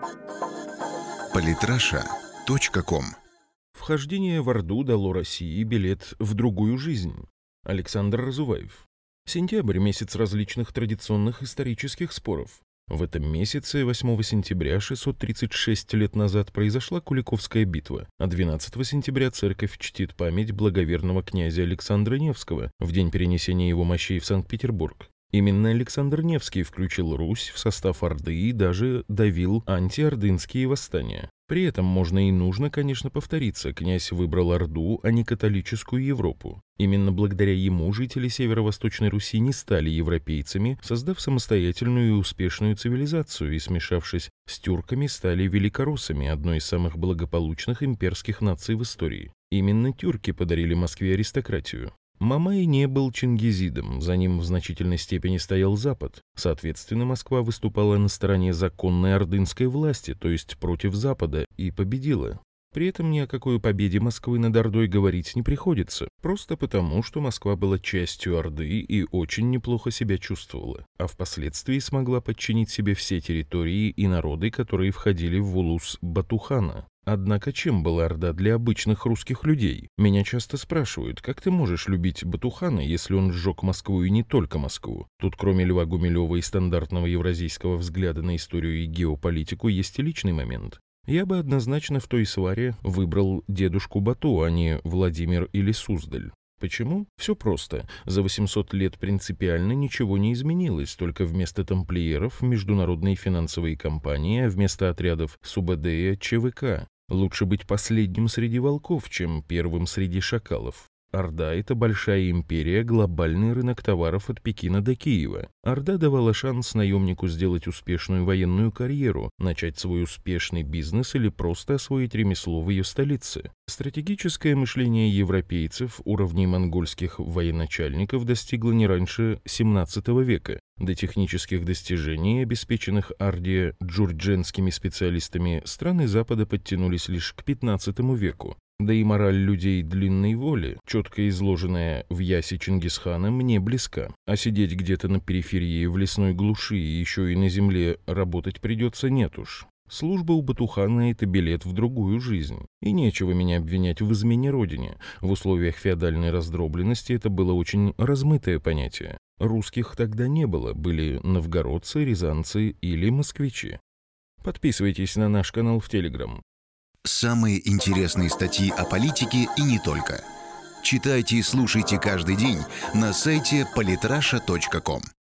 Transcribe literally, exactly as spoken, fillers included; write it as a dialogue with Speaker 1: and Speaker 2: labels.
Speaker 1: политраша точка ком.
Speaker 2: Вхождение в Орду дало России билет в другую жизнь. Александр Разуваев. Сентябрь – месяц различных традиционных исторических споров. В этом месяце, восьмого сентября шестьсот тридцать шесть лет назад, произошла Куликовская битва, а двенадцатого сентября церковь чтит память благоверного князя Александра Невского в день перенесения его мощей в Санкт-Петербург. Именно Александр Невский включил Русь в состав Орды и даже давил антиордынские восстания. При этом можно и нужно, конечно, повториться: князь выбрал Орду, а не католическую Европу. Именно благодаря ему жители Северо-Восточной Руси не стали европейцами, создав самостоятельную и успешную цивилизацию, и, смешавшись с тюрками, стали великороссами, одной из самых благополучных имперских наций в истории. Именно тюрки подарили Москве аристократию. Мамай не был чингизидом, за ним в значительной степени стоял Запад. Соответственно, Москва выступала на стороне законной ордынской власти, то есть против Запада, и победила. При этом ни о какой победе Москвы над Ордой говорить не приходится, просто потому, что Москва была частью Орды и очень неплохо себя чувствовала, а впоследствии смогла подчинить себе все территории и народы, которые входили в улус Батухана. Однако чем была Орда для обычных русских людей? Меня часто спрашивают: как ты можешь любить Батухана, если он сжег Москву и не только Москву? Тут кроме Льва Гумилева и стандартного евразийского взгляда на историю и геополитику есть и личный момент. Я бы однозначно в той сваре выбрал дедушку Бату, а не Владимир или Суздаль. Почему? Все просто. За восемьсот лет принципиально ничего не изменилось, только вместо тамплиеров международные финансовые компании, а вместо отрядов СУБД – ЧВК. Лучше быть последним среди волков, чем первым среди шакалов. Орда – это большая империя, глобальный рынок товаров от Пекина до Киева. Орда давала шанс наемнику сделать успешную военную карьеру, начать свой успешный бизнес или просто освоить ремесло в ее столице. Стратегическое мышление европейцев уровней монгольских военачальников достигло не раньше семнадцатого века. До технических достижений, обеспеченных Орде джурдженскими специалистами, страны Запада подтянулись лишь к пятнадцатому веку. Да и мораль людей длинной воли, четко изложенная в Ясе Чингисхана, мне близка. А сидеть где-то на периферии в лесной глуши и еще и на земле работать придется, нет уж. Служба у Батухана – это билет в другую жизнь. И нечего меня обвинять в измене родине. В условиях феодальной раздробленности это было очень размытое понятие. Русских тогда не было, были новгородцы, рязанцы или москвичи. Подписывайтесь на наш канал в Телеграм.
Speaker 1: Самые интересные статьи о политике и не только. Читайте и слушайте каждый день на сайте политраша точка ком.